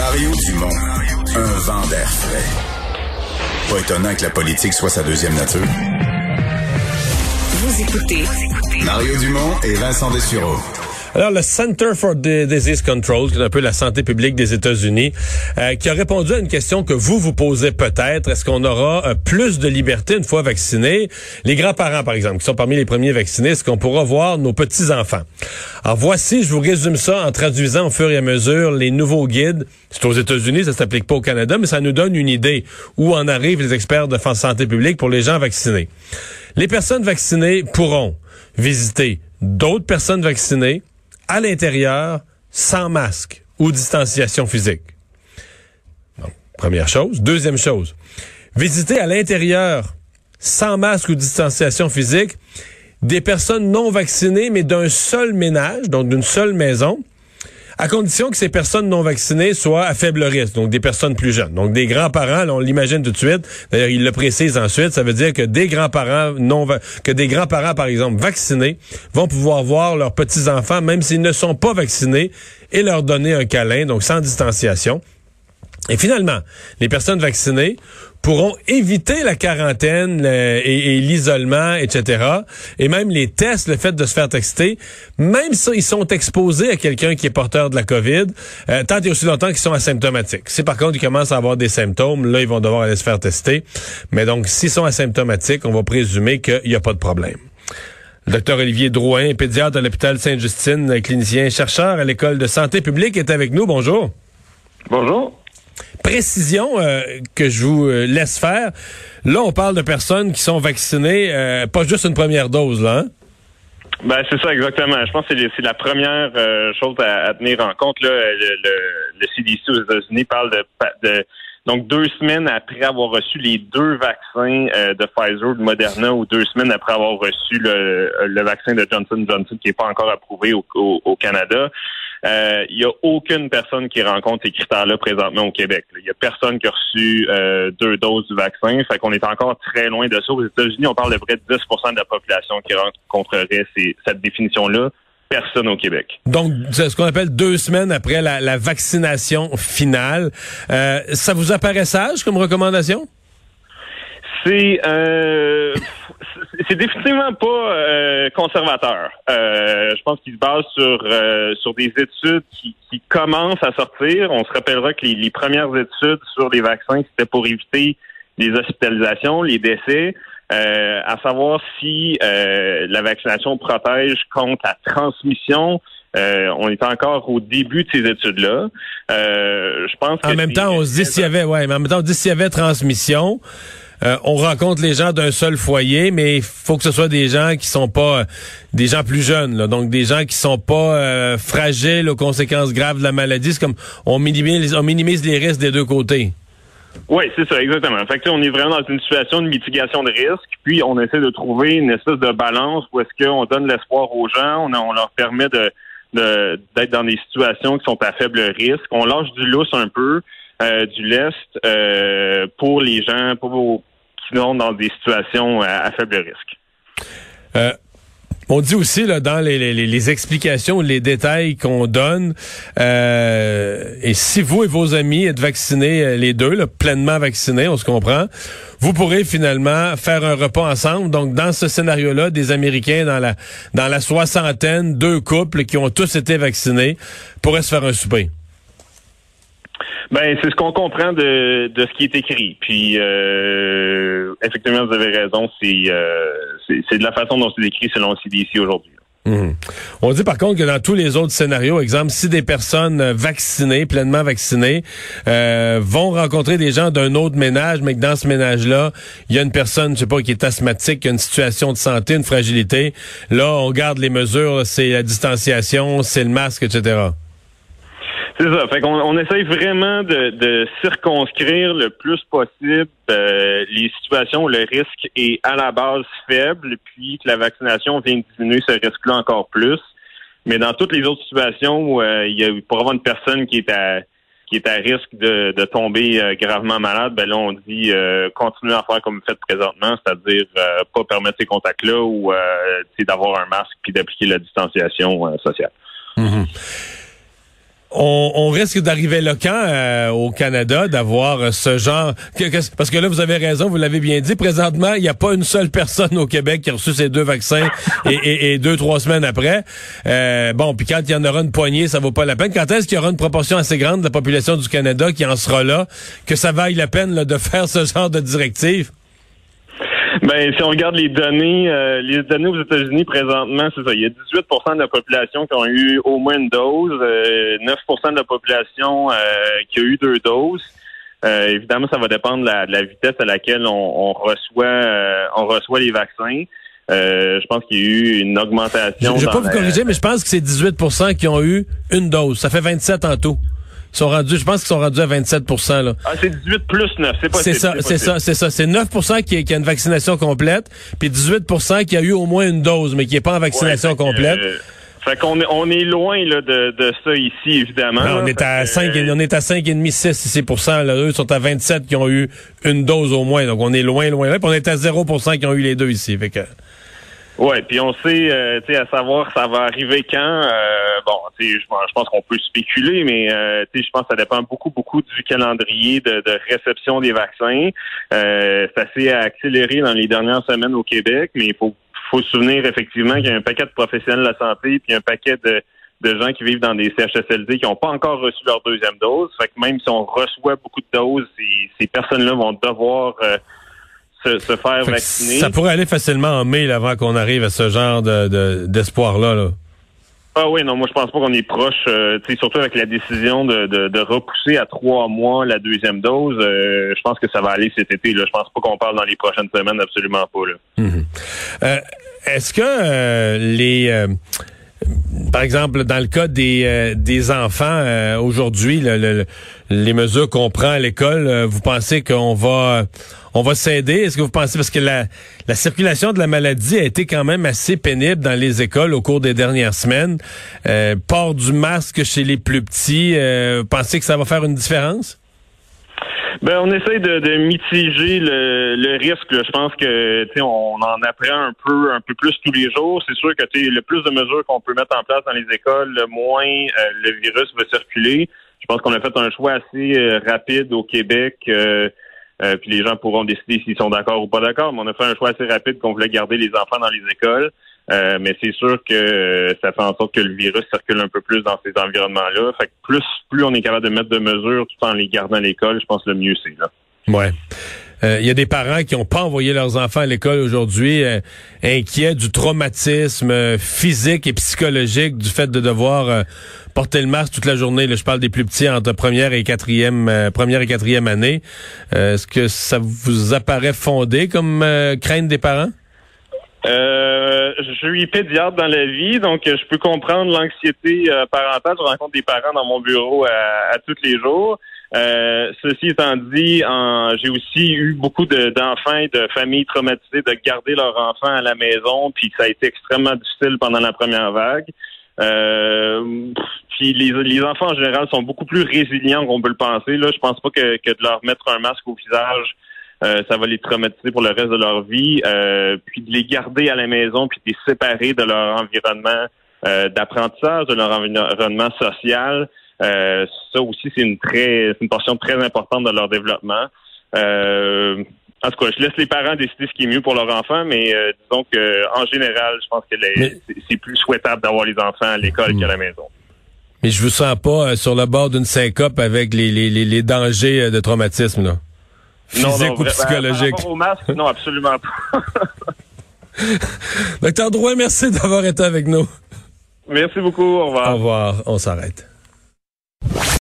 Mario Dumont, un vent d'air frais. Pas étonnant que la politique soit sa deuxième nature. Vous écoutez Mario Dumont et Vincent Dessureau. Alors, le Center for Disease Control, qui est un peu la santé publique des États-Unis, qui a répondu à une question que vous posez peut-être. Est-ce qu'on aura plus de liberté une fois vaccinés? Les grands-parents, par exemple, qui sont parmi les premiers vaccinés, est-ce qu'on pourra voir nos petits-enfants? Alors, voici, je vous résume ça en traduisant au fur et à mesure les nouveaux guides. C'est aux États-Unis, ça s'applique pas au Canada, mais ça nous donne une idée où en arrivent les experts de santé publique pour les gens vaccinés. Les personnes vaccinées pourront visiter d'autres personnes vaccinées à l'intérieur, sans masque ou distanciation physique. Donc, première chose. Deuxième chose, visiter à l'intérieur, sans masque ou distanciation physique, des personnes non vaccinées, mais d'un seul ménage, donc d'une seule maison, à condition que ces personnes non vaccinées soient à faible risque, donc des personnes plus jeunes. Donc des grands-parents, là, on l'imagine tout de suite, d'ailleurs il le précise ensuite, ça veut dire que des grands-parents par exemple vaccinés vont pouvoir voir leurs petits-enfants, même s'ils ne sont pas vaccinés, et leur donner un câlin, donc sans distanciation. Et finalement, les personnes vaccinées pourront éviter la quarantaine et l'isolement, etc. Et même les tests, le fait de se faire tester, même ça, ils sont exposés à quelqu'un qui est porteur de la COVID, tant et aussi longtemps qu'ils sont asymptomatiques. Si par contre, ils commencent à avoir des symptômes, là, ils vont devoir aller se faire tester. Mais donc, s'ils sont asymptomatiques, on va présumer qu'il n'y a pas de problème. Le docteur Olivier Drouin, pédiatre à l'hôpital Sainte-Justine, clinicien, chercheur à l'École de santé publique, est avec nous. Bonjour. Bonjour. Précision que je vous laisse faire. Là, on parle de personnes qui sont vaccinées, pas juste une première dose, là, hein? Ben c'est ça exactement. Je pense que c'est la première chose à tenir en compte. Là, le CDC aux États-Unis parle de donc 2 semaines après avoir reçu les 2 vaccins de Pfizer ou de Moderna, ou 2 semaines après avoir reçu le vaccin de Johnson & Johnson qui n'est pas encore approuvé au Canada. Il y a aucune personne qui rencontre ces critères-là présentement au Québec. Il y a personne qui a reçu 2 doses du vaccin. Fait qu'on est encore très loin de ça. Aux États-Unis, on parle de près de 10% de la population qui rencontrerait cette définition-là. Personne au Québec. Donc, c'est ce qu'on appelle 2 semaines après la vaccination finale. Ça vous apparaît sage comme recommandation? C'est définitivement pas conservateur. Je pense qu'il se base sur des études qui commencent à sortir. On se rappellera que les premières études sur les vaccins, c'était pour éviter les hospitalisations, les décès, à savoir si la vaccination protège contre la transmission. On est encore au début de ces études-là. Je pense que en même temps, on se dit s'il y avait transmission. On rencontre les gens d'un seul foyer, mais il faut que ce soit des gens qui sont pas des gens plus jeunes, là. Donc des gens qui sont pas fragiles aux conséquences graves de la maladie. C'est comme on minimise les risques des deux côtés. Oui, c'est ça, exactement. Fait que on est vraiment dans une situation de mitigation de risque, puis on essaie de trouver une espèce de balance où est-ce qu'on donne l'espoir aux gens, on leur permet d'être dans des situations qui sont à faible risque. On lâche du lousse un peu. Du lest pour les gens qui sont dans des situations à faible risque. On dit aussi là dans les explications, les détails qu'on donne, et si vous et vos amis êtes vaccinés, les deux, là, pleinement vaccinés, on se comprend, vous pourrez finalement faire un repas ensemble. Donc dans ce scénario-là, des Américains dans la soixantaine, 2 couples qui ont tous été vaccinés pourraient se faire un souper. Ben, c'est ce qu'on comprend de ce qui est écrit. Puis, effectivement, vous avez raison. C'est de la façon dont c'est écrit selon le CDC aujourd'hui. Mmh. On dit par contre que dans tous les autres scénarios, exemple, si des personnes vaccinées, pleinement vaccinées, vont rencontrer des gens d'un autre ménage, mais que dans ce ménage-là, il y a une personne, je sais pas, qui est asthmatique, qui a une situation de santé, une fragilité, là, on garde les mesures, c'est la distanciation, c'est le masque, etc. C'est ça. Fait qu'on essaye vraiment de circonscrire le plus possible les situations où le risque est à la base faible, puis que la vaccination vient diminuer ce risque-là encore plus. Mais dans toutes les autres situations où il pourrait y avoir une personne qui est à risque de tomber gravement malade, ben là on dit continuez à faire comme vous faites présentement, c'est-à-dire pas permettre ces contacts-là ou d'avoir un masque puis d'appliquer la distanciation sociale. Mm-hmm. On risque d'arriver là quand au Canada d'avoir ce genre... Parce que là, vous avez raison, vous l'avez bien dit, présentement, il n'y a pas une seule personne au Québec qui a reçu ses 2 vaccins et 2-3 semaines après. Bon, puis quand il y en aura une poignée, ça vaut pas la peine. Quand est-ce qu'il y aura une proportion assez grande de la population du Canada qui en sera là, que ça vaille la peine là, de faire ce genre de directive? Ben, si on regarde les données aux États-Unis présentement, c'est ça. Il y a 18% de la population qui ont eu au moins une dose, 9% de la population qui a eu 2 doses. Évidemment, ça va dépendre de la vitesse à laquelle on reçoit les vaccins. Je pense qu'il y a eu une augmentation. Je vais pas vous corriger, mais je pense que c'est 18% qui ont eu une dose. Ça fait 27 en tout. Je pense qu'ils sont rendus à 27%, là. Ah, c'est 18 plus 9, c'est pas C'est ça. C'est 9% qui a une vaccination complète, puis 18% qui a eu au moins une dose, mais qui n'est pas en vaccination complète. Fait qu'on est loin là de ça ici, évidemment. Non, on est à 5,5, 6 % là. Eux sont à 27 qui ont eu une dose au moins, donc on est loin. Puis on est à 0% qui ont eu les 2 ici, fait que... Ouais, puis on sait, à savoir ça va arriver quand. Je pense qu'on peut spéculer, mais je pense que ça dépend beaucoup du calendrier de réception des vaccins. Ça s'est accéléré dans les dernières semaines au Québec, mais il faut se souvenir effectivement qu'il y a un paquet de professionnels de la santé, puis un paquet de gens qui vivent dans des CHSLD qui n'ont pas encore reçu leur 2e dose. Fait que même si on reçoit beaucoup de doses, ces personnes-là vont devoir se faire vacciner. Ça pourrait aller facilement en mai là, avant qu'on arrive à ce genre d'espoir-là. Là. Ah oui, non, moi je pense pas qu'on est proche, surtout avec la décision de repousser à 3 mois la 2e dose. Je pense que ça va aller cet été. Là. Je pense pas qu'on parle dans les prochaines semaines, absolument pas. Là. Mm-hmm. Est-ce que par exemple, dans le cas des enfants, aujourd'hui, les mesures qu'on prend à l'école, vous pensez qu'on va s'aider? Est-ce que vous pensez, parce que la circulation de la maladie a été quand même assez pénible dans les écoles au cours des dernières semaines. Port du masque chez les plus petits, vous pensez que ça va faire une différence? Ben, on essaye de mitiger le risque. Là. Je pense que on en apprend un peu plus tous les jours. C'est sûr que le plus de mesures qu'on peut mettre en place dans les écoles, le moins le virus va circuler. Je pense qu'on a fait un choix assez rapide au Québec. Puis les gens pourront décider s'ils sont d'accord ou pas d'accord. Mais on a fait un choix assez rapide qu'on voulait garder les enfants dans les écoles. Mais c'est sûr que ça fait en sorte que le virus circule un peu plus dans ces environnements-là. Fait que plus on est capable de mettre de mesures tout en les gardant à l'école, je pense que le mieux c'est là. Ouais. Il y a des parents qui n'ont pas envoyé leurs enfants à l'école aujourd'hui, inquiets du traumatisme physique et psychologique du fait de devoir porter le masque toute la journée. Là, je parle des plus petits entre première et quatrième année. Est-ce que ça vous apparaît fondé comme crainte des parents? Je suis pédiatre dans la vie, donc je peux comprendre l'anxiété parentale. Je rencontre des parents dans mon bureau à tous les jours. Ceci étant dit, j'ai aussi eu beaucoup d'enfants et de familles traumatisées de garder leurs enfants à la maison, puis ça a été extrêmement difficile pendant la première vague. Puis les enfants en général sont beaucoup plus résilients qu'on peut le penser. Là, je pense pas que de leur mettre un masque au visage, ça va les traumatiser pour le reste de leur vie. Puis de les garder à la maison, puis de les séparer de leur environnement d'apprentissage, de leur environnement social. Ça aussi, c'est une portion très importante de leur développement. En tout cas, je laisse les parents décider ce qui est mieux pour leur enfant, mais disons que en général, je pense que c'est plus souhaitable d'avoir les enfants à l'école qu'à la maison. Mais je vous sens pas sur le bord d'une syncope avec les dangers de traumatisme, là. Physique ou psychologique. Par rapport au masque, non, absolument pas. Docteur Drouin, merci d'avoir été avec nous. Merci beaucoup. Au revoir. Au revoir. On s'arrête.